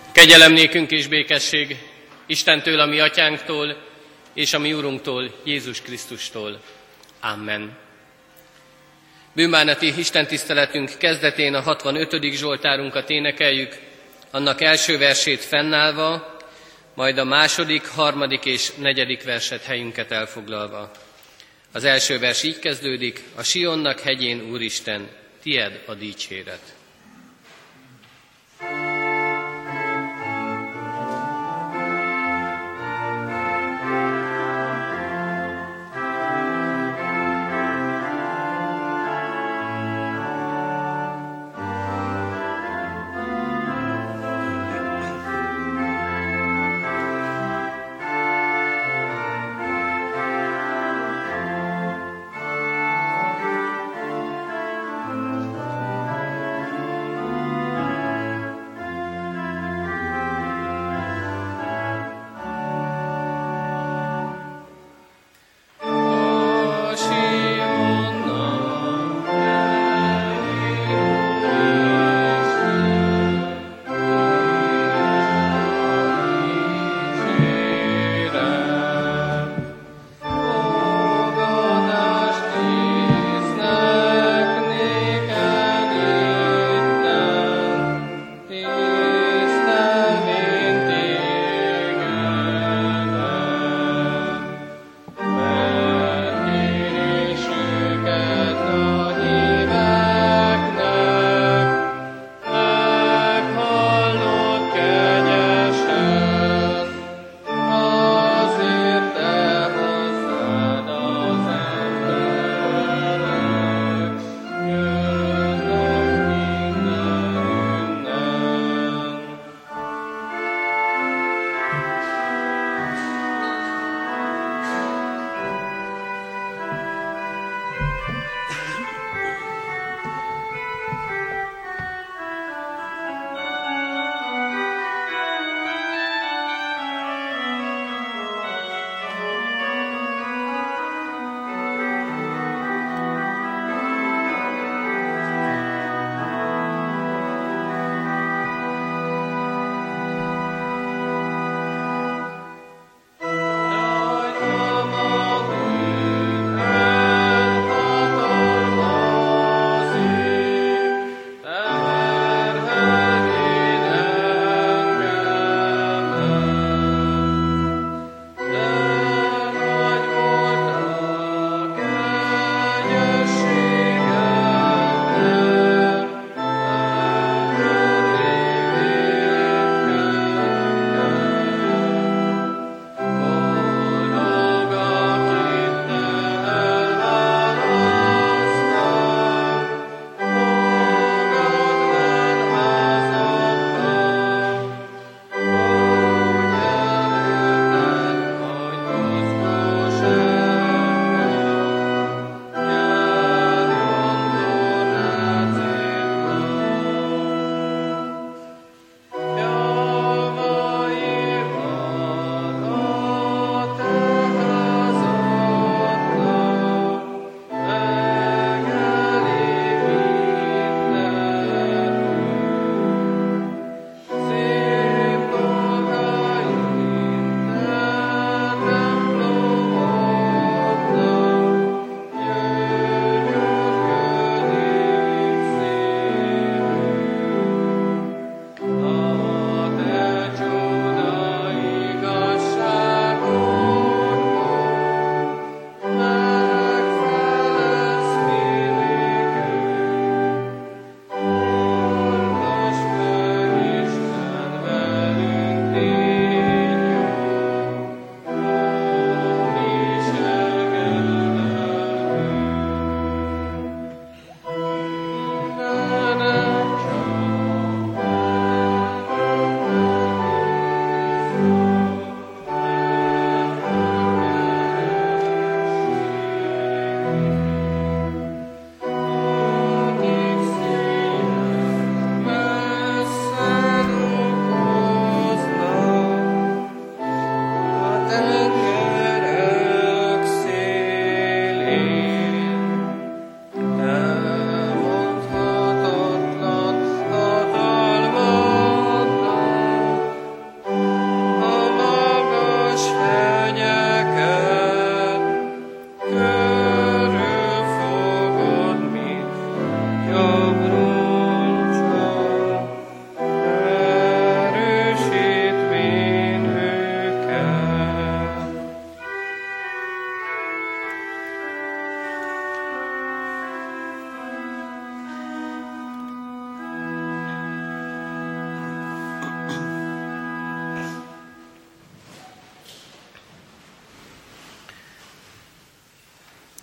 Kegyelem nékünk és békesség Istentől, a mi atyánktól, és a mi Urunktól, Jézus Krisztustól. Amen. Bűnbánati istentiszteletünk kezdetén a 65. Zsoltárunkat énekeljük, annak első versét fennállva, majd a második, harmadik és negyedik verset helyünket elfoglalva. Az első vers így kezdődik: a Sionnak hegyén, Úristen, tied a dicséret.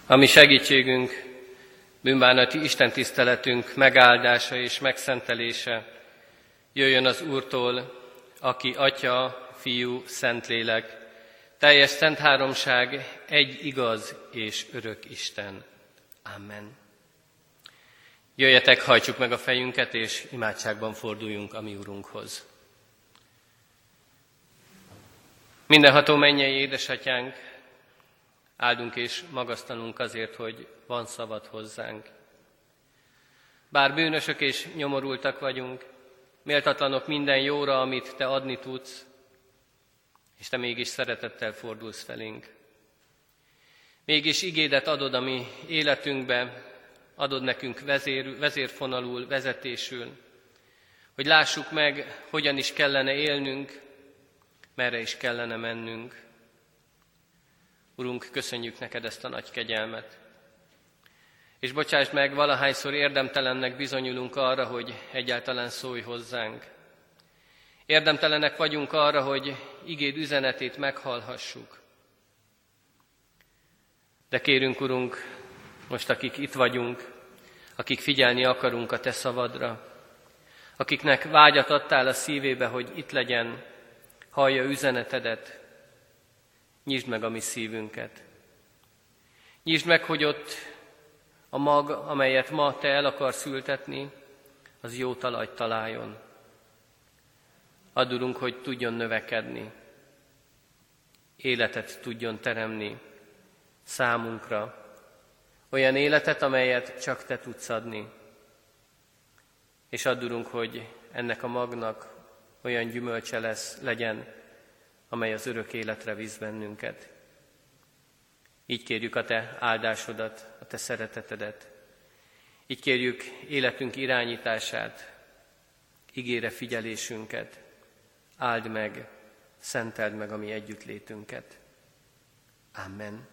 Ami segítségünk, bűnbánati istentiszteletünk megáldása és megszentelése jöjjön az Úrtól, aki Atya, Fiú, Szentlélek, teljes szent háromság, egy igaz és örök Isten. Amen. Jöjjetek, hajtsuk meg a fejünket, és imádságban forduljunk a mi Urunkhoz. Mindenható mennyei édesatyánk, áldunk és magasztalunk azért, hogy van szavad hozzánk. Bár bűnösök és nyomorultak vagyunk, méltatlanok minden jóra, amit te adni tudsz, és te mégis szeretettel fordulsz felénk. Mégis igédet adod a mi életünkbe, adod nekünk vezérfonalul, vezetésül, hogy lássuk meg, hogyan is kellene élnünk, merre is kellene mennünk. Urunk, köszönjük neked ezt a nagy kegyelmet. És bocsásd meg, valahányszor érdemtelennek bizonyulunk arra, hogy egyáltalán szólj hozzánk. Érdemtelenek vagyunk arra, hogy igéd üzenetét meghallhassuk. De kérünk, Urunk, most akik itt vagyunk, akik figyelni akarunk a te szavadra, akiknek vágyat adtál a szívébe, hogy itt legyen, hallja üzenetedet, nyisd meg a mi szívünket. Nyisd meg, hogy ott a mag, amelyet ma te el akarsz ültetni, az jó talajt találjon. Add, Urunk, hogy tudjon növekedni, életet tudjon teremni számunkra, olyan életet, amelyet csak te tudsz adni. És add, Urunk, hogy ennek a magnak olyan gyümölcse legyen, amely az örök életre visz bennünket. Így kérjük a te áldásodat, a te szeretetedet. Így kérjük életünk irányítását, igére figyelésünket. Áld meg, szenteld meg a mi együttlétünket. Amen.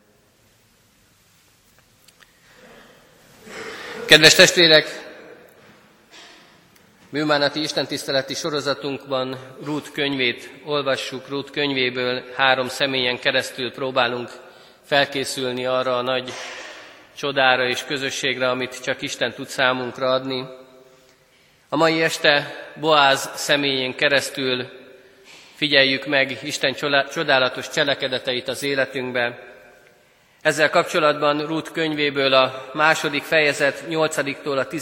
Kedves testvérek, bűnbánati istentiszteleti sorozatunkban Rút könyvét olvassuk. Rút könyvéből 3 személyen keresztül próbálunk felkészülni arra a nagy csodára és közösségre, amit csak Isten tud számunkra adni. A mai este Boáz személyén keresztül figyeljük meg Isten csodálatos cselekedeteit az életünkbe. Ezzel kapcsolatban Rút könyvéből a 2. fejezet 8-tól a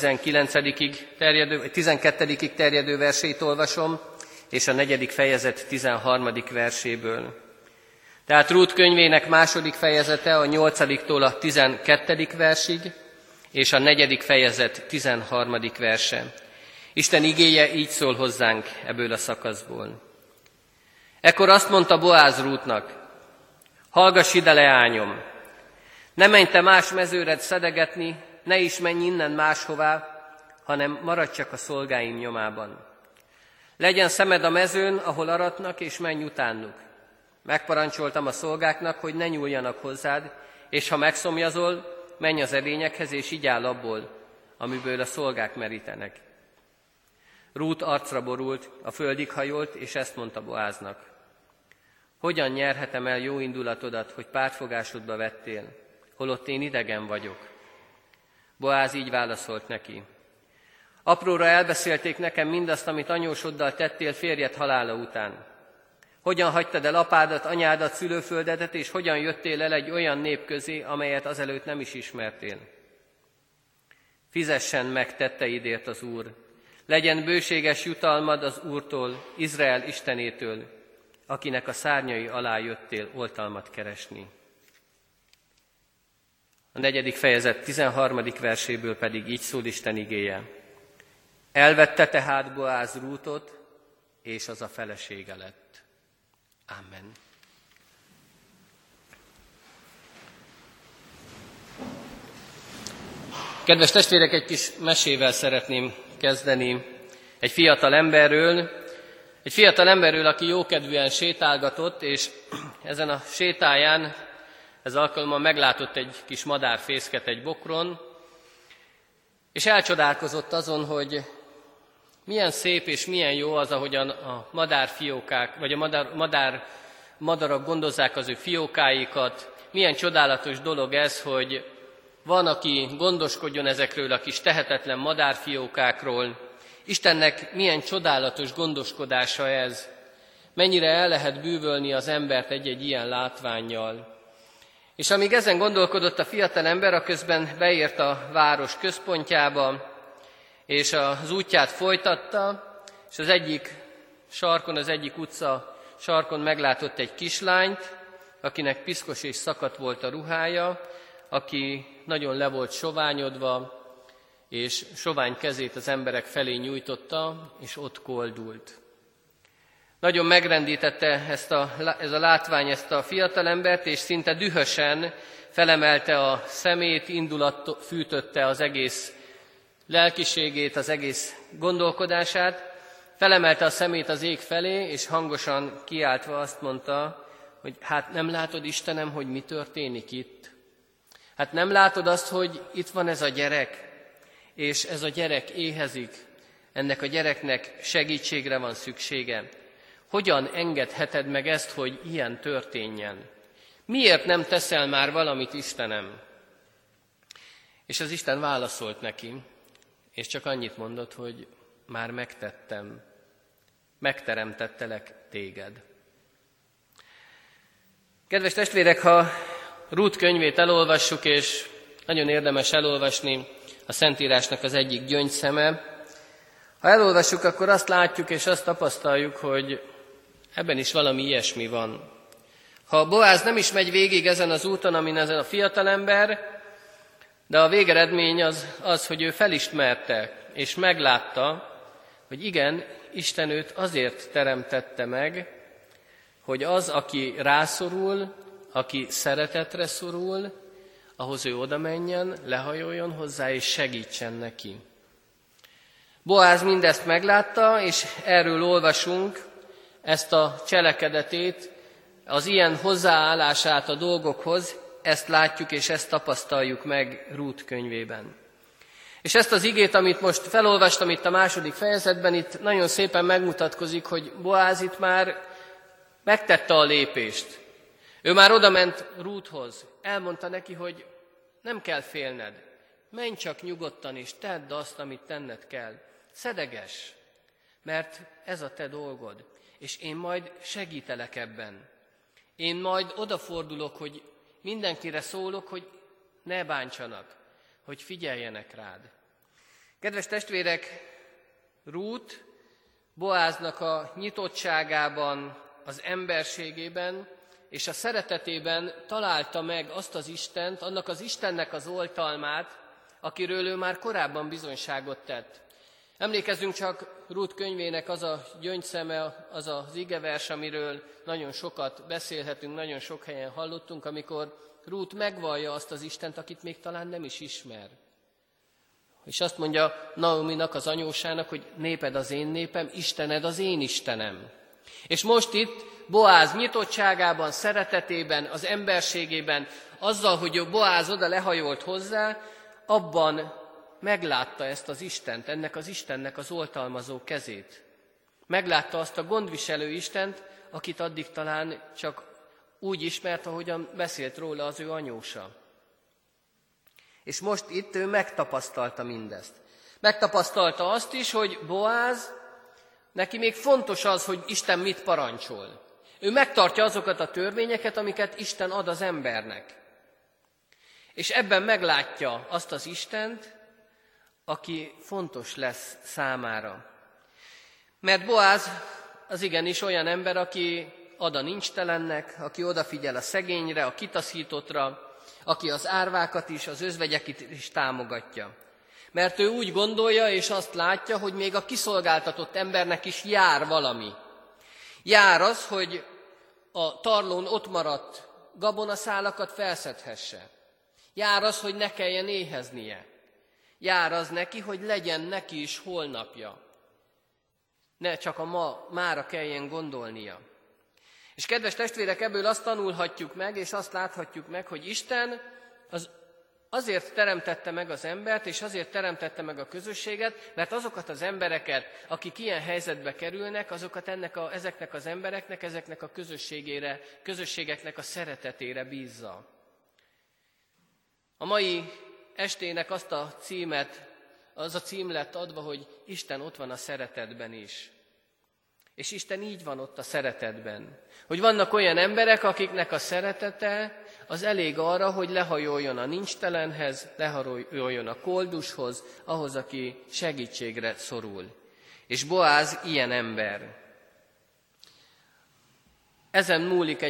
12-ig terjedő versét olvasom, és a 4. fejezet 13. verséből. Tehát Rút könyvének 2. fejezete a 8-tól a 12. versig, és a 4. fejezet 13. verse. Isten igéje így szól hozzánk ebből a szakaszból. Ekkor azt mondta Boáz Rútnak: hallgass ide, leányom! Ne menj te más mezőre szedegetni, ne is menj innen máshová, hanem maradj csak a szolgáim nyomában. Legyen szemed a mezőn, ahol aratnak, és menj utánuk. Megparancsoltam a szolgáknak, hogy ne nyúljanak hozzád, és ha megszomjazol, menj az edényekhez, és igyál abból, amiből a szolgák merítenek. Rút arcra borult, a földig hajolt, és ezt mondta Boáznak: hogyan nyerhetem el jó indulatodat, hogy pártfogásodba vettél, holott én idegen vagyok? Boáz így válaszolt neki: apróra elbeszélték nekem mindazt, amit anyósoddal tettél férjed halála után. Hogyan hagytad el apádat, anyádat, szülőföldedet, és hogyan jöttél el egy olyan nép közé, amelyet azelőtt nem is ismertél? Fizessen meg tetteidért az Úr, legyen bőséges jutalmad az Úrtól, Izrael Istenétől, akinek a szárnyai alá jöttél oltalmat keresni. A 4. fejezet 13. verséből pedig így szól Isten igéje: elvette tehát Boáz Rútot, és az a felesége lett. Amen. Kedves testvérek, egy kis mesével szeretném kezdeni egy fiatal emberről, aki jókedvűen sétálgatott, és ezen a sétáján ez alkalommal meglátott egy kis madárfészket egy bokron, és elcsodálkozott azon, hogy milyen szép és milyen jó az, ahogyan a madárfiókák, vagy a madarak gondozzák az ő fiókáikat. Milyen csodálatos dolog ez, hogy van, aki gondoskodjon ezekről a kis tehetetlen madárfiókákról. Istennek milyen csodálatos gondoskodása ez, mennyire el lehet bűvölni az embert egy-egy ilyen látvánnyal. És amíg ezen gondolkodott a fiatalember, aközben beért a város központjába, és az útját folytatta, és az egyik sarkon, az egyik utca sarkon meglátott egy kislányt, akinek piszkos és szakadt volt a ruhája, aki nagyon le volt soványodva, és sovány kezét az emberek felé nyújtotta, és ott koldult. Nagyon megrendítette ez a látvány ezt a fiatalembert, és szinte dühösen felemelte a szemét, indulat fűtötte az egész lelkiségét, az egész gondolkodását, felemelte a szemét az ég felé, és hangosan kiáltva azt mondta, hogy hát nem látod, Istenem, hogy mi történik itt? Hát nem látod azt, hogy itt van ez a gyerek, és ez a gyerek éhezik, ennek a gyereknek segítségre van szüksége. Hogyan engedheted meg ezt, hogy ilyen történjen? Miért nem teszel már valamit, Istenem? És az Isten válaszolt neki, és csak annyit mondott, hogy már megtettem, megteremtettelek téged. Kedves testvérek, ha Rút könyvét elolvassuk, és nagyon érdemes elolvasni a Szentírásnak az egyik gyöngyszeme, ha elolvassuk, akkor azt látjuk és azt tapasztaljuk, hogy ebben is valami ilyesmi van. Ha Boáz nem is megy végig ezen az úton, amin ezen a fiatalember, de a végeredmény az, hogy ő felismerte és meglátta, hogy igen, Isten őt azért teremtette meg, hogy az, aki rászorul, aki szeretetre szorul, ahhoz ő oda menjen, lehajoljon hozzá és segítsen neki. Boáz mindezt meglátta, és erről olvasunk, ezt a cselekedetét, az ilyen hozzáállását a dolgokhoz, ezt látjuk és ezt tapasztaljuk meg Rút könyvében. És ezt az igét, amit most felolvastam itt a második fejezetben, itt nagyon szépen megmutatkozik, hogy Boáz itt már megtette a lépést. Ő már odament Rúthoz, elmondta neki, hogy nem kell félned, menj csak nyugodtan és tedd azt, amit tenned kell. Szedeges, mert ez a te dolgod, és én majd segítelek ebben. Én majd odafordulok, hogy mindenkire szólok, hogy ne bántsanak, hogy figyeljenek rád. Kedves testvérek, Rút Boáznak a nyitottságában, az emberségében és a szeretetében találta meg azt az Istent, annak az Istennek az oltalmát, akiről ő már korábban bizonyságot tett. Emlékezzünk csak Rút könyvének az a gyöngyszeme, az az igevers, amiről nagyon sokat beszélhetünk, nagyon sok helyen hallottunk, amikor Rút megvallja azt az Istent, akit még talán nem is ismer. És azt mondja Naominak, az anyósának, hogy néped az én népem, Istened az én Istenem. És most itt Boáz nyitottságában, szeretetében, az emberségében, azzal, hogy Boáz oda lehajolt hozzá, abban meglátta ezt az Istent, ennek az Istennek az oltalmazó kezét. Meglátta azt a gondviselő Istent, akit addig talán csak úgy ismert, ahogyan beszélt róla az ő anyósa. És most itt ő megtapasztalta mindezt. Megtapasztalta azt is, hogy Boáz, neki még fontos az, hogy Isten mit parancsol. Ő megtartja azokat a törvényeket, amiket Isten ad az embernek. És ebben meglátja azt az Istent, aki fontos lesz számára. Mert Boáz az igenis olyan ember, aki ad a nincstelennek, aki odafigyel a szegényre, a kitaszítottra, aki az árvákat is, az özvegyeket is támogatja. Mert ő úgy gondolja és azt látja, hogy még a kiszolgáltatott embernek is jár valami. Jár az, hogy a tarlón ott maradt gabonaszálakat felszedhesse. Jár az, hogy ne kelljen éheznie. Jár az neki, hogy legyen neki is holnapja. Ne csak a mára kelljen gondolnia. És kedves testvérek, ebből azt tanulhatjuk meg, és azt láthatjuk meg, hogy Isten azért teremtette meg az embert, és azért teremtette meg a közösséget, mert azokat az embereket, akik ilyen helyzetbe kerülnek, azokat ezeknek az embereknek, ezeknek a közösségeknek a szeretetére bízza. A mai estének az a cím lett adva, hogy Isten ott van a szeretetben is. És Isten így van ott a szeretetben. Hogy vannak olyan emberek, akiknek a szeretete az elég arra, hogy lehajoljon a nincstelenhez, lehajoljon a koldushoz, ahhoz, aki segítségre szorul. És Boáz ilyen ember. Ezen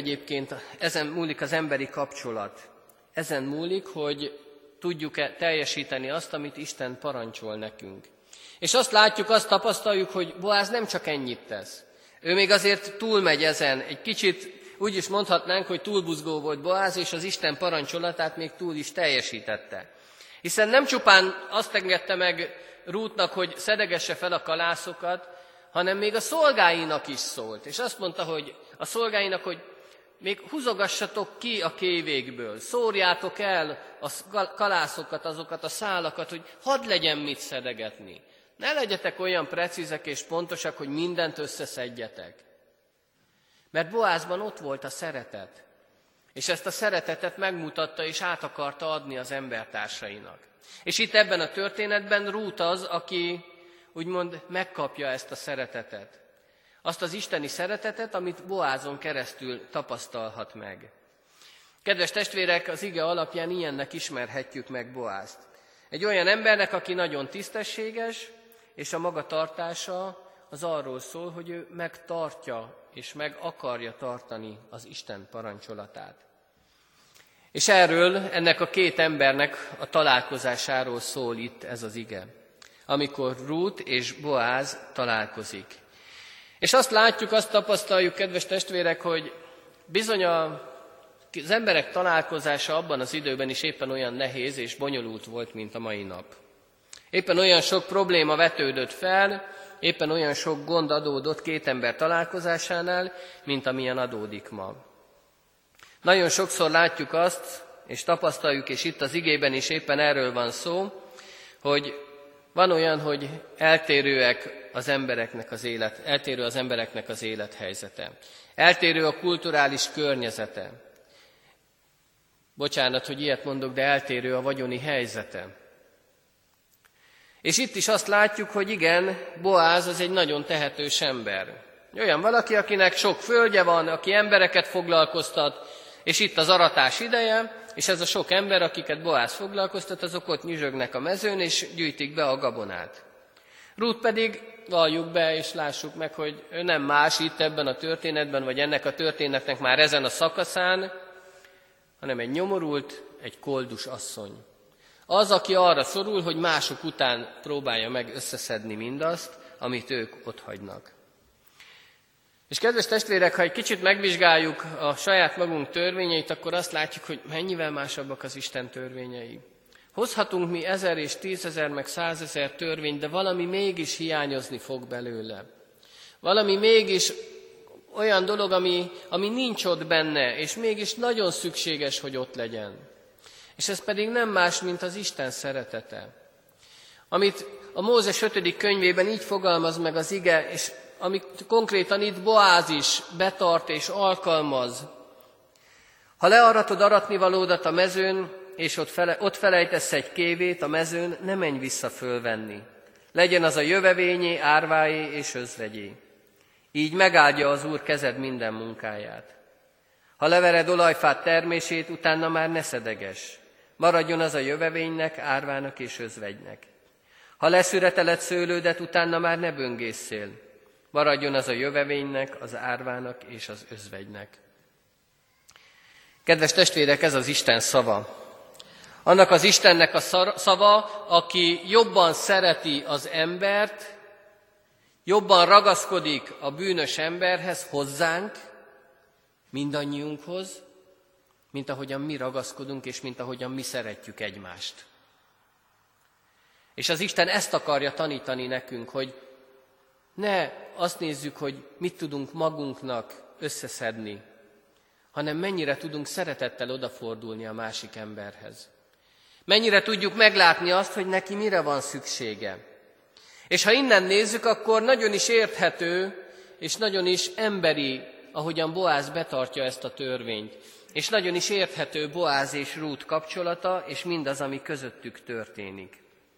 múlik az emberi kapcsolat. Ezen múlik, hogy tudjuk-e teljesíteni azt, amit Isten parancsol nekünk. És azt látjuk, azt tapasztaljuk, hogy Boáz nem csak ennyit tesz. Ő még azért túlmegy ezen. Egy kicsit úgy is mondhatnánk, hogy túlbuzgó volt Boáz, és az Isten parancsolatát még túl is teljesítette. Hiszen nem csupán azt engedte meg Rútnak, hogy szedegesse fel a kalászokat, hanem még a szolgáinak is szólt. És azt mondta, hogy a szolgáinak, hogy még húzogassatok ki a kévékből, szórjátok el a kalászokat, azokat a szálakat, hogy hadd legyen mit szedegetni. Ne legyetek olyan precízek és pontosak, hogy mindent összeszedjetek. Mert Boázban ott volt a szeretet, és ezt a szeretetet megmutatta és át akarta adni az embertársainak. És itt ebben a történetben Rút az, aki úgymond megkapja ezt a szeretetet. Azt az isteni szeretetet, amit Boázon keresztül tapasztalhat meg. Kedves testvérek, az ige alapján ilyennek ismerhetjük meg Boázt. Egy olyan embernek, aki nagyon tisztességes, és a magatartása az arról szól, hogy ő megtartja és meg akarja tartani az Isten parancsolatát. És ennek a két embernek a találkozásáról szól itt ez az ige, amikor Rút és Boáz találkozik. És azt látjuk, azt tapasztaljuk, kedves testvérek, hogy bizony az emberek találkozása abban az időben is éppen olyan nehéz és bonyolult volt, mint a mai nap. Éppen olyan sok probléma vetődött fel, éppen olyan sok gond adódott két ember találkozásánál, mint amilyen adódik ma. Nagyon sokszor látjuk azt, és tapasztaljuk, és itt az igében is éppen erről van szó, hogy van olyan, hogy eltérő az embereknek az élethelyzete. Eltérő a kulturális környezete. Bocsánat, hogy ilyet mondok, de eltérő a vagyoni helyzete. És itt is azt látjuk, hogy igen, Boáz az egy nagyon tehetős ember. Olyan valaki, akinek sok földje van, aki embereket foglalkoztat, és itt az aratás ideje, és ez a sok ember, akiket Boáz foglalkoztat, azok ott nyüzsögnek a mezőn, és gyűjtik be a gabonát. Rút pedig, valljuk be, és lássuk meg, hogy ő nem más itt ebben a történetben, vagy ennek a történetnek már ezen a szakaszán, hanem egy nyomorult, egy koldus asszony. Az, aki arra szorul, hogy mások után próbálja meg összeszedni mindazt, amit ők otthagynak. És kedves testvérek, ha egy kicsit megvizsgáljuk a saját magunk törvényeit, akkor azt látjuk, hogy mennyivel másabbak az Isten törvényei. Hozhatunk mi 1000 és 10 000 meg 100 000 törvényt, de valami mégis hiányozni fog belőle. Valami mégis olyan dolog, ami nincs ott benne, és mégis nagyon szükséges, hogy ott legyen. És ez pedig nem más, mint az Isten szeretete. Amit a Mózes 5. könyvében így fogalmaz meg az ige, és amit konkrétan itt Boáz is betart és alkalmaz. Ha learatod aratnivalódat a mezőn, és ott felejtesz egy kévét a mezőn, ne menj vissza fölvenni. Legyen az a jövevényé, árváé és özvegyé. Így megáldja az Úr kezed minden munkáját. Ha levered olajfát termését, utána már ne szedegess. Maradjon az a jövevénynek, árvának és özvegynek. Ha leszüreteled szőlődet, utána már ne böngészél. Maradjon az a jövevénynek, az árvának és az özvegynek. Kedves testvérek, ez az Isten szava. Annak az Istennek a szava, aki jobban szereti az embert, jobban ragaszkodik a bűnös emberhez, hozzánk, mindannyiunkhoz, mint ahogyan mi ragaszkodunk, és mint ahogyan mi szeretjük egymást. És az Isten ezt akarja tanítani nekünk, hogy ne azt nézzük, hogy mit tudunk magunknak összeszedni, hanem mennyire tudunk szeretettel odafordulni a másik emberhez. Mennyire tudjuk meglátni azt, hogy neki mire van szüksége. És ha innen nézzük, akkor nagyon is érthető, és nagyon is emberi, ahogyan Boáz betartja ezt a törvényt. és nagyon is érthető Boáz és Rút kapcsolata, és mindaz, ami közöttük történik.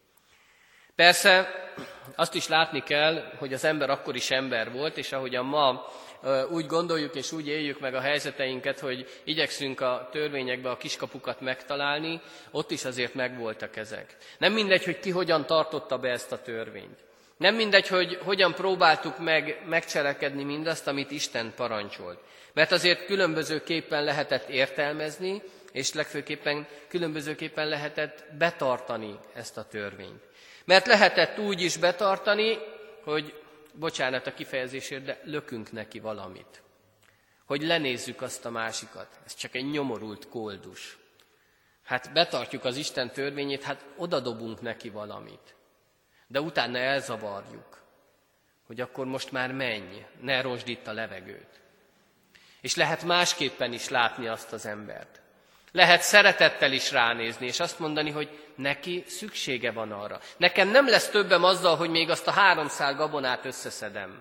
Persze azt is látni kell, hogy az ember akkor is ember volt, és ahogyan ma úgy gondoljuk és úgy éljük meg a helyzeteinket, hogy igyekszünk a törvényekbe a kiskapukat megtalálni, ott is azért megvoltak ezek. Nem mindegy, hogy ki hogyan tartotta be ezt a törvényt. Nem mindegy, hogy hogyan próbáltuk megcselekedni mindazt, amit Isten parancsolt. Mert azért különbözőképpen lehetett értelmezni, és legfőképpen különbözőképpen lehetett betartani ezt a törvényt. Mert lehetett úgy is betartani, hogy, bocsánat a kifejezésért, de lökünk neki valamit. Hogy lenézzük azt a másikat. Ez csak egy nyomorult koldus. Hát betartjuk az Isten törvényét, hát odadobunk neki valamit. De utána elzavarjuk, hogy akkor most már menj, ne rosd itt a levegőt. És lehet másképpen is látni azt az embert. Lehet szeretettel is ránézni, és azt mondani, hogy neki szüksége van arra. Nekem nem lesz többem azzal, hogy még azt a 3 szál gabonát összeszedem.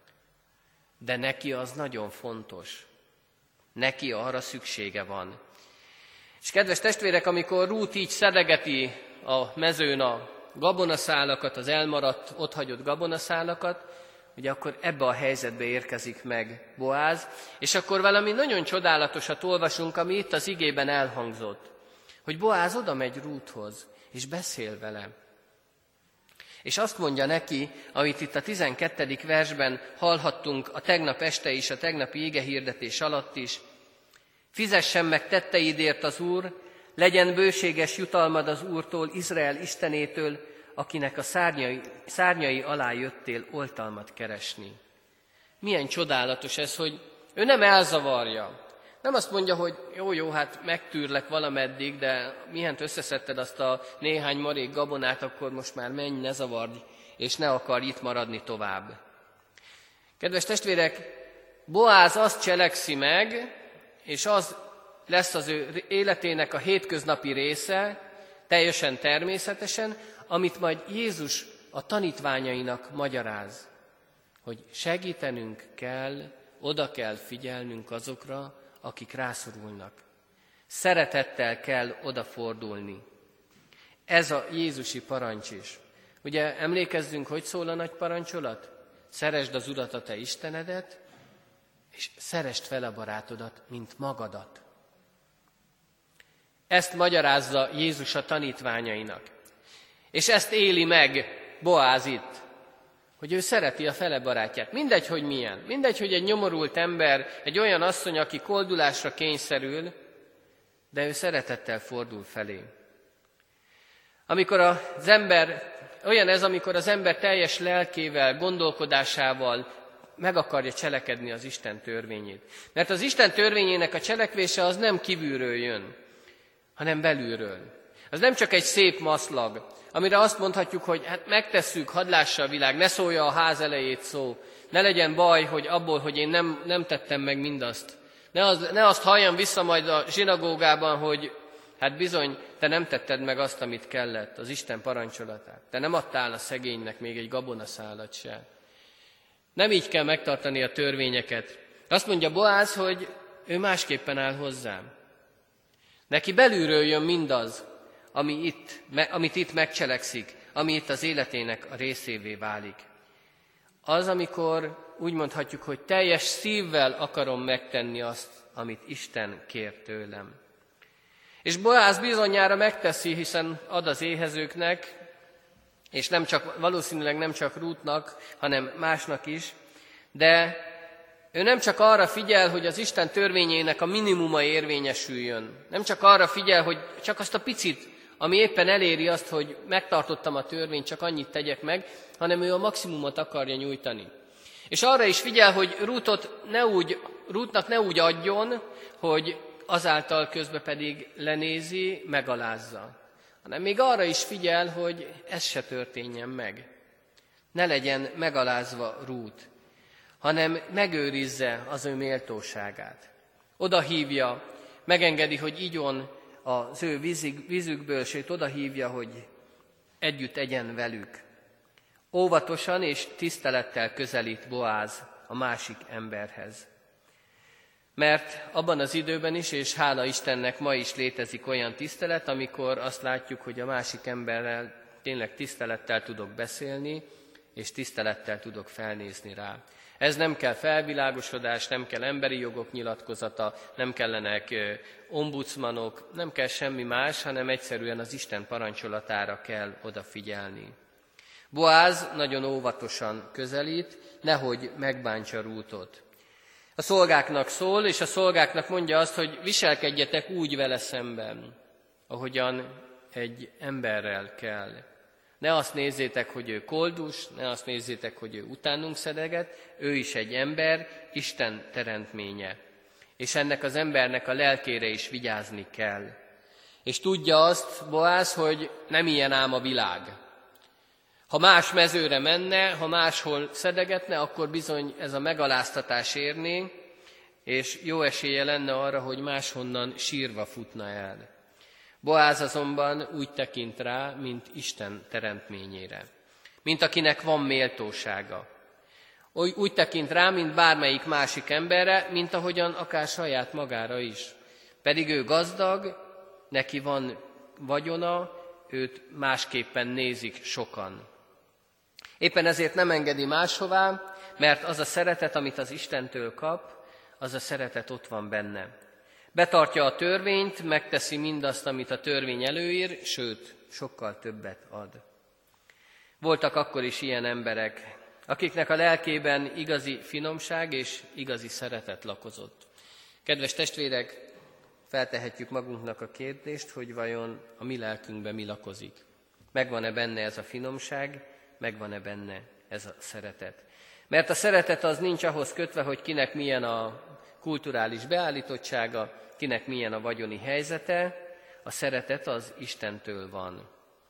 De neki az nagyon fontos. Neki arra szüksége van. És kedves testvérek, amikor Rút így szedegeti a mezőn a gabonaszálakat, az elmaradt, otthagyott gabonaszálakat, ugye akkor ebbe a helyzetbe érkezik meg Boáz, és akkor valami nagyon csodálatosat olvasunk, ami itt az igében elhangzott, hogy Boáz oda megy Rúthoz, és beszél vele. És azt mondja neki, amit itt a 12. versben hallhattunk a tegnap este is, a tegnapi igehirdetés alatt is, fizessen meg tetteidért az Úr, legyen bőséges jutalmad az Úrtól, Izrael Istenétől, akinek a szárnyai alá jöttél oltalmat keresni. Milyen csodálatos ez, hogy ő nem elzavarja. Nem azt mondja, hogy jó, hát megtűrlek valameddig, de mihent összeszedted azt a néhány marék gabonát, akkor most már menj, ne zavardj, és ne akarj itt maradni tovább. Kedves testvérek, Boáz azt cselekszi meg, és az lesz az ő életének a hétköznapi része, teljesen természetesen, amit majd Jézus a tanítványainak magyaráz, hogy segítenünk kell, oda kell figyelnünk azokra, akik rászorulnak. Szeretettel kell odafordulni. Ez a jézusi parancs is. Ugye emlékezzünk, hogy szól a nagy parancsolat? Szeresd az Urat, a te Istenedet, és szeresd fel a barátodat, mint magadat. Ezt magyarázza Jézus a tanítványainak. És ezt éli meg Boáz itt, hogy ő szereti a fele barátját. Mindegy, hogy milyen. Mindegy, hogy egy nyomorult ember, egy olyan asszony, aki koldulásra kényszerül, de ő szeretettel fordul felé. Amikor az ember teljes lelkével, gondolkodásával meg akarja cselekedni az Isten törvényét. Mert az Isten törvényének a cselekvése az nem kívülről jön, hanem belülről. Az nem csak egy szép maszlag, amire azt mondhatjuk, hogy hát megtesszük, hadd lássa a világ, ne szólja a ház elejét szó, ne legyen baj, hogy abból, hogy én nem tettem meg mindazt. Ne azt halljam vissza majd a zsinagógában, hogy hát bizony, te nem tetted meg azt, amit kellett, az Isten parancsolatát. Te nem adtál a szegénynek még egy gabonaszálat se. Nem így kell megtartani a törvényeket. Azt mondja Boáz, hogy ő másképpen áll hozzám. Neki belülről jön mindaz, amit itt megcselekszik, ami itt az életének a részévé válik. Az, amikor úgy mondhatjuk, hogy teljes szívvel akarom megtenni azt, amit Isten kér tőlem. És Boáz bizonyára megteszi, hiszen ad az éhezőknek, és valószínűleg nem csak Rútnak, hanem másnak is, de ő nem csak arra figyel, hogy az Isten törvényének a minimuma érvényesüljön. Nem csak arra figyel, hogy csak azt a picit, ami éppen eléri azt, hogy megtartottam a törvényt, csak annyit tegyek meg, hanem ő a maximumot akarja nyújtani. És arra is figyel, hogy Rútnak ne úgy adjon, hogy azáltal közben pedig lenézi, megalázza. Hanem még arra is figyel, hogy ez se történjen meg. Ne legyen megalázva Rút, hanem megőrizze az ő méltóságát. Oda hívja, megengedi, hogy igyon az ő vízükből, sőt oda hívja, hogy együtt egyen velük. Óvatosan és tisztelettel közelít Boáz a másik emberhez. Mert abban az időben is, és hála Istennek ma is létezik olyan tisztelet, amikor azt látjuk, hogy a másik emberrel tényleg tisztelettel tudok beszélni, és tisztelettel tudok felnézni rá. Ez nem kell felvilágosodás, nem kell emberi jogok nyilatkozata, nem kellenek ombudsmanok, nem kell semmi más, hanem egyszerűen az Isten parancsolatára kell odafigyelni. Boáz nagyon óvatosan közelít, nehogy megbántsa Rútot. A szolgáknak szól, és a szolgáknak mondja azt, hogy viselkedjetek úgy vele szemben, ahogyan egy emberrel kell. Ne azt nézzétek, hogy ő koldus, ne azt nézzétek, hogy ő utánunk szedeget, ő is egy ember, Isten teremtménye. És ennek az embernek a lelkére is vigyázni kell. És tudja azt Boáz, hogy nem ilyen ám a világ. Ha más mezőre menne, ha máshol szedegetne, akkor bizony ez a megaláztatás érné, és jó esélye lenne arra, hogy máshonnan sírva futna el. Boáz azonban úgy tekint rá, mint Isten teremtményére, mint akinek van méltósága. Úgy tekint rá, mint bármelyik másik emberre, mint ahogyan akár saját magára is. Pedig ő gazdag, neki van vagyona, őt másképpen nézik sokan. Éppen ezért nem engedi máshová, mert az a szeretet, amit az Istentől kap, az a szeretet ott van benne. Betartja a törvényt, megteszi mindazt, amit a törvény előír, sőt, sokkal többet ad. Voltak akkor is ilyen emberek, akiknek a lelkében igazi finomság és igazi szeretet lakozott. Kedves testvérek, feltehetjük magunknak a kérdést, hogy vajon a mi lelkünkben mi lakozik. Megvan-e benne ez a finomság, megvan-e benne ez a szeretet? Mert a szeretet az nincs ahhoz kötve, hogy kinek milyen a kulturális beállítottsága, kinek milyen a vagyoni helyzete, a szeretet az Istentől van.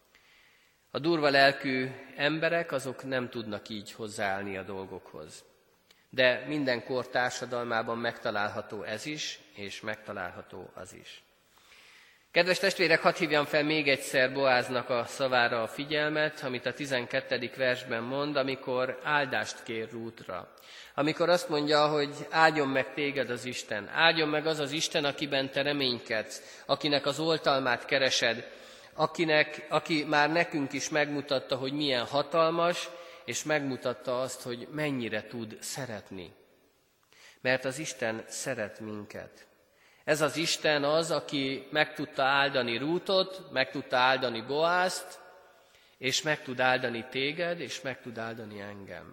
A durva lelkű emberek azok nem tudnak így hozzáállni a dolgokhoz. De minden kor társadalmában megtalálható ez is, és megtalálható az is. Kedves testvérek, hadd hívjam fel még egyszer Boáznak a szavára a figyelmet, amit a 12. versben mond, amikor áldást kér Rútra. Amikor azt mondja, hogy áldjon meg téged az Isten, áldjon meg az az Isten, akiben te reménykedsz, akinek az oltalmát keresed, aki már nekünk is megmutatta, hogy milyen hatalmas, és megmutatta azt, hogy mennyire tud szeretni. Mert az Isten szeret minket. Ez az Isten az, aki meg tudta áldani Rútot, meg tudta áldani Boázt, és meg tud áldani téged, és meg tud áldani engem.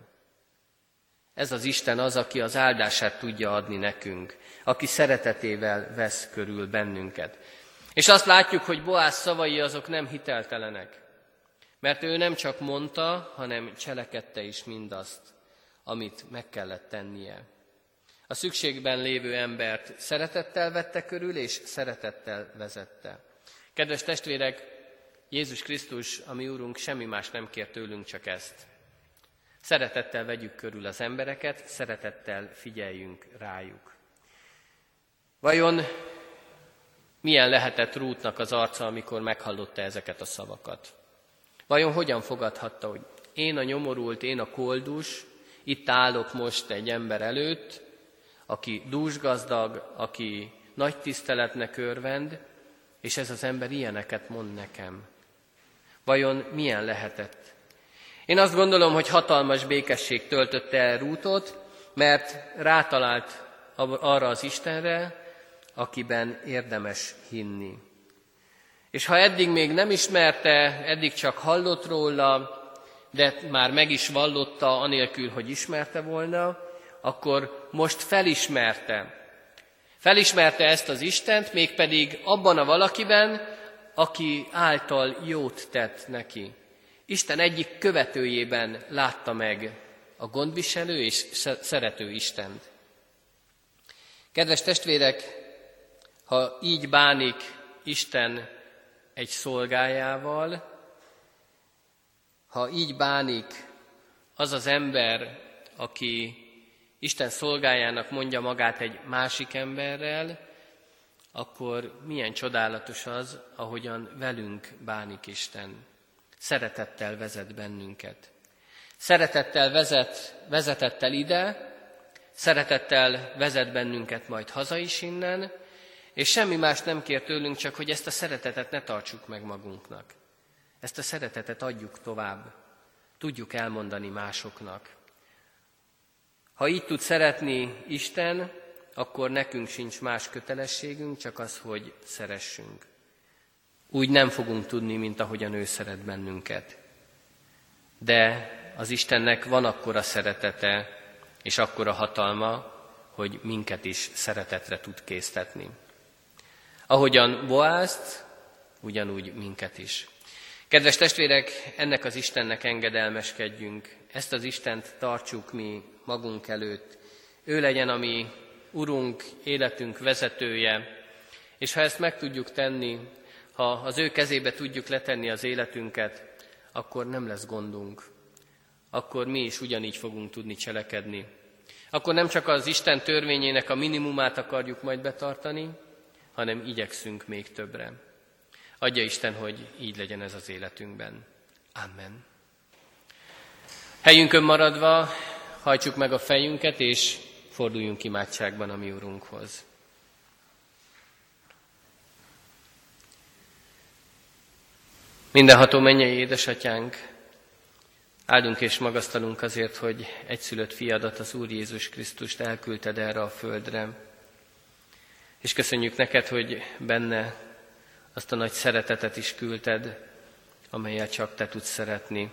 Ez az Isten az, aki az áldását tudja adni nekünk, aki szeretetével vesz körül bennünket. És azt látjuk, hogy Boáz szavai azok nem hiteltelenek, mert ő nem csak mondta, hanem cselekedte is mindazt, amit meg kellett tennie. A szükségben lévő embert szeretettel vette körül, és szeretettel vezette. Kedves testvérek, Jézus Krisztus, a mi Úrunk, semmi más nem kér tőlünk, csak ezt. Szeretettel vegyük körül az embereket, szeretettel figyeljünk rájuk. Vajon milyen lehetett Rútnak az arca, amikor meghallotta ezeket a szavakat? Vajon hogyan fogadhatta, hogy én a nyomorult, én a koldus, itt állok most egy ember előtt, aki dúsgazdag, aki nagy tiszteletnek örvend, és ez az ember ilyeneket mond nekem. Vajon milyen lehetett? Én azt gondolom, hogy hatalmas békesség töltötte el Rútot, mert rátalált arra az Istenre, akiben érdemes hinni. És ha eddig még nem ismerte, eddig csak hallott róla, de már meg is vallotta, anélkül, hogy ismerte volna, akkor most felismerte. Felismerte ezt az Istent, mégpedig abban a valakiben, aki által jót tett neki. Isten egyik követőjében látta meg a gondviselő és szerető Istent. Kedves testvérek, ha így bánik Isten egy szolgájával, ha így bánik az az ember, aki Isten szolgájának mondja magát egy másik emberrel, akkor milyen csodálatos az, ahogyan velünk bánik Isten. Szeretettel vezet bennünket. Szeretettel vezetett el ide, Szeretettel vezet bennünket majd haza is innen, és semmi más nem kér tőlünk, csak hogy ezt a szeretetet ne tartsuk meg magunknak. Ezt a szeretetet adjuk tovább, tudjuk elmondani másoknak. Ha így tud szeretni Isten, akkor nekünk sincs más kötelességünk, csak az, hogy szeressünk. Úgy nem fogunk tudni, mint ahogyan ő szeret bennünket. De az Istennek van akkora szeretete, és akkora hatalma, hogy minket is szeretetre tud késztetni. Ahogyan Boázt, ugyanúgy minket is. Kedves testvérek, ennek az Istennek engedelmeskedjünk, ezt az Istent tartsuk mi magunk előtt. Ő legyen a mi Urunk, életünk vezetője, és ha ezt meg tudjuk tenni, ha az ő kezébe tudjuk letenni az életünket, akkor nem lesz gondunk. Akkor mi is ugyanígy fogunk tudni cselekedni. Akkor nem csak az Isten törvényének a minimumát akarjuk majd betartani, hanem igyekszünk még többre. Adja Isten, hogy így legyen ez az életünkben. Amen. Helyünkön maradva hajtsuk meg a fejünket, és forduljunk imádságban a mi Urunkhoz. Mindenható mennyei édesatyánk, áldunk és magasztalunk azért, hogy egyszülött fiadat, az Úr Jézus Krisztust elküldted erre a földre. És köszönjük neked, hogy benne azt a nagy szeretetet is küldted, amellyel csak te tudsz szeretni.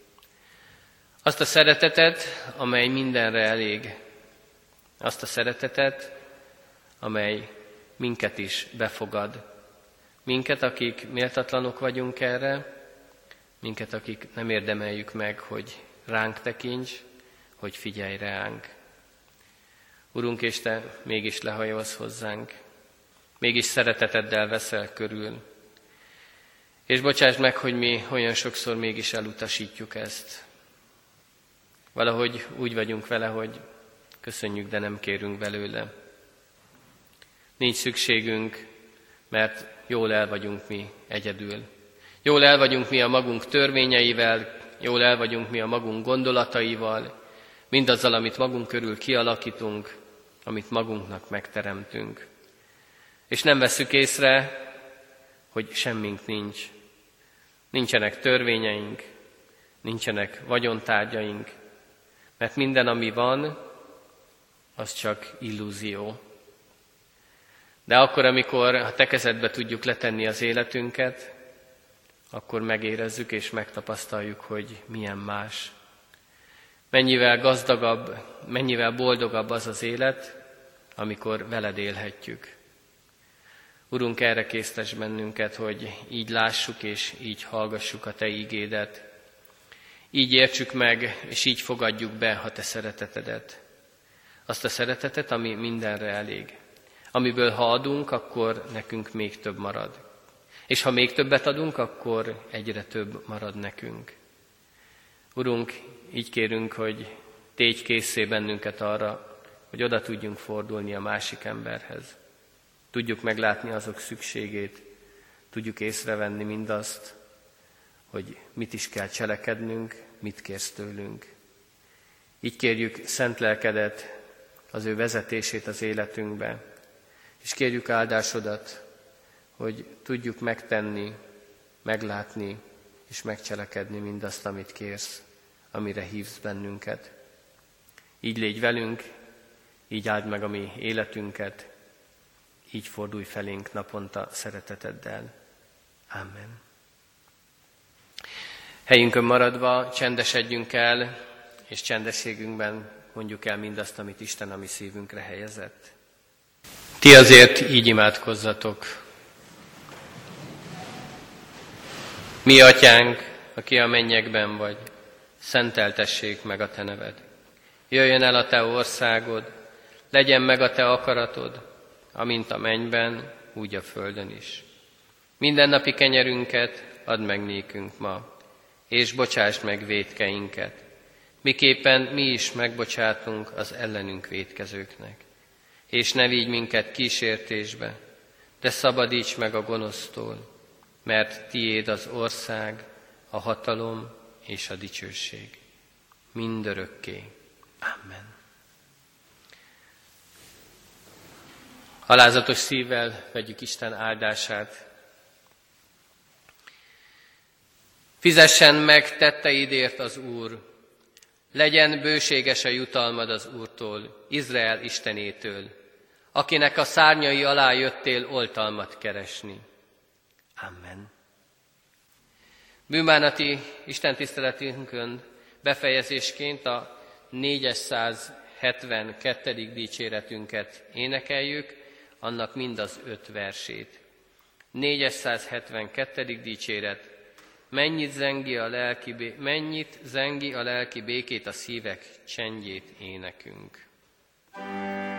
Azt a szeretetet, amely mindenre elég. Azt a szeretetet, amely minket is befogad. Minket, akik méltatlanok vagyunk erre, minket, akik nem érdemeljük meg, hogy ránk tekints, hogy figyelj ránk. Urunk, és te mégis lehajolsz hozzánk, mégis szereteteddel veszel körül. És bocsásd meg, hogy mi olyan sokszor mégis elutasítjuk ezt. Valahogy úgy vagyunk vele, hogy köszönjük, de nem kérünk belőle. Nincs szükségünk, mert jól el vagyunk mi egyedül. Jól el vagyunk mi a magunk törvényeivel, jól el vagyunk mi a magunk gondolataival, mindazzal, amit magunk körül kialakítunk, amit magunknak megteremtünk. És nem vesszük észre, hogy semmink nincs. Nincsenek törvényeink, nincsenek vagyontárgyaink, mert minden, ami van, az csak illúzió. De akkor, amikor a te kezedbe tudjuk letenni az életünket, akkor megérezzük és megtapasztaljuk, hogy milyen más. Mennyivel gazdagabb, mennyivel boldogabb az az élet, amikor veled élhetjük. Urunk, erre késztess bennünket, hogy így lássuk és így hallgassuk a te ígédet. Így értsük meg, és így fogadjuk be a te szeretetedet. Azt a szeretetet, ami mindenre elég. Amiből ha adunk, akkor nekünk még több marad. És ha még többet adunk, akkor egyre több marad nekünk. Urunk, így kérünk, hogy tégy készé bennünket arra, hogy oda tudjunk fordulni a másik emberhez. Tudjuk meglátni azok szükségét, tudjuk észrevenni mindazt, hogy mit is kell cselekednünk, mit kérsz tőlünk. Így kérjük szent lelkedet, az ő vezetését az életünkbe, és kérjük áldásodat, hogy tudjuk megtenni, meglátni és megcselekedni mindazt, amit kérsz, amire hívsz bennünket. Így légy velünk, így áld meg a mi életünket, így fordulj felénk naponta szereteteddel. Amen. Helyünkön maradva csendesedjünk el, és csendességünkben mondjuk el mindazt, amit Isten a mi szívünkre helyezett. Ti azért így imádkozzatok. Mi atyánk, aki a mennyekben vagy, szenteltessék meg a te neved. Jöjjön el a te országod, legyen meg a te akaratod, amint a mennyben, úgy a földön is. Mindennapi kenyerünket add meg nékünk ma, és bocsásd meg vétkeinket, miképpen mi is megbocsátunk az ellenünk vétkezőknek. És ne vigy minket kísértésbe, de szabadíts meg a gonosztól, mert tiéd az ország, a hatalom és a dicsőség. Mindörökké. Amen. Alázatos szívvel vegyük Isten áldását. Fizessen meg tetteidért az Úr, legyen bőséges a jutalmad az Úrtól, Izrael Istenétől, akinek a szárnyai alá jöttél oltalmat keresni. Amen. Bűnbánati istentiszteletünkön befejezésként a 472. dicséretünket énekeljük, annak mind az 5 versét. 472. dicséret. Mennyit zengi a lelki békét, a szívek csendjét énekünk.